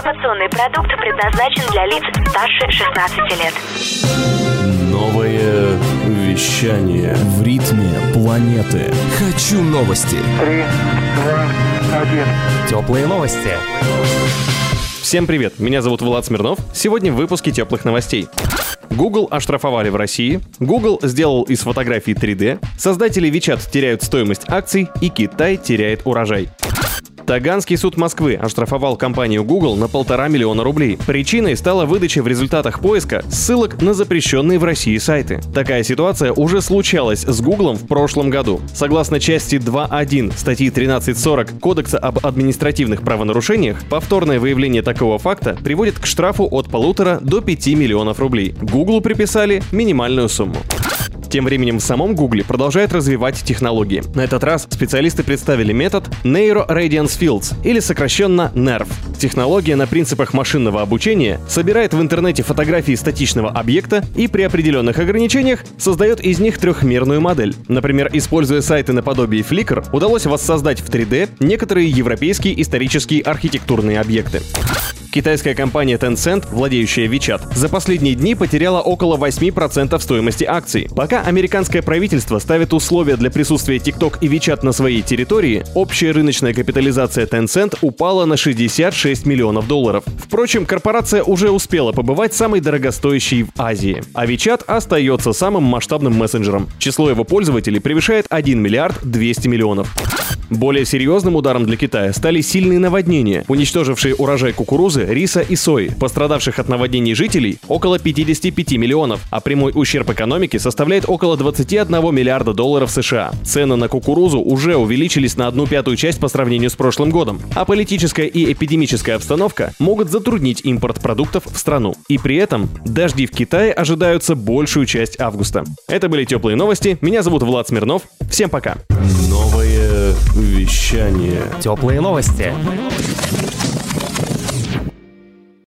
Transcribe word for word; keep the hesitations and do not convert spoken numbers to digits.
Информационный продукт предназначен для лиц старше шестнадцати лет. Новое вещание в ритме планеты. Хочу новости. Три, два, один. Теплые новости. Всем привет, меня зовут Влад Смирнов. Сегодня в выпуске теплых новостей. Google оштрафовали в России, Google сделал из фотографий три дэ, создатели WeChat теряют стоимость акций и Китай теряет урожай. Таганский суд Москвы оштрафовал компанию Google на полтора миллиона рублей. Причиной стала выдача в результатах поиска ссылок на запрещенные в России сайты. Такая ситуация уже случалась с Google в прошлом году. Согласно части два точка один статьи тринадцать сорок Кодекса об административных правонарушениях, повторное выявление такого факта приводит к штрафу от полутора до пяти миллионов рублей. Google приписали минимальную сумму. Тем временем в самом Гугле продолжают развивать технологии. На этот раз специалисты представили метод Neuro Radiance Fields, или сокращенно нерв. Технология на принципах машинного обучения собирает в интернете фотографии статичного объекта и при определенных ограничениях создает из них трехмерную модель. Например, используя сайты наподобие Flickr, удалось воссоздать в три дэ некоторые европейские исторические архитектурные объекты. Китайская компания Tencent, владеющая WeChat, за последние дни потеряла около восемь процентов стоимости акций. Пока американское правительство ставит условия для присутствия TikTok и WeChat на своей территории, общая рыночная капитализация Tencent упала на шестьдесят шесть миллионов долларов. Впрочем, корпорация уже успела побывать самой дорогостоящей в Азии, а WeChat остается самым масштабным мессенджером. Число его пользователей превышает один миллиард двести миллионов. Более серьезным ударом для Китая стали сильные наводнения, уничтожившие урожай кукурузы, риса и сои. Пострадавших от наводнений жителей около пятьдесят пять миллионов, а прямой ущерб экономике составляет около двадцать один миллиарда долларов США. Цены на кукурузу уже увеличились на одну пятую часть по сравнению с прошлым годом, а политическая и эпидемическая обстановка могут затруднить импорт продуктов в страну. И при этом дожди в Китае ожидаются большую часть августа. Это были теплые новости. Меня зовут Влад Смирнов. Всем пока. Новое вещание. Теплые новости.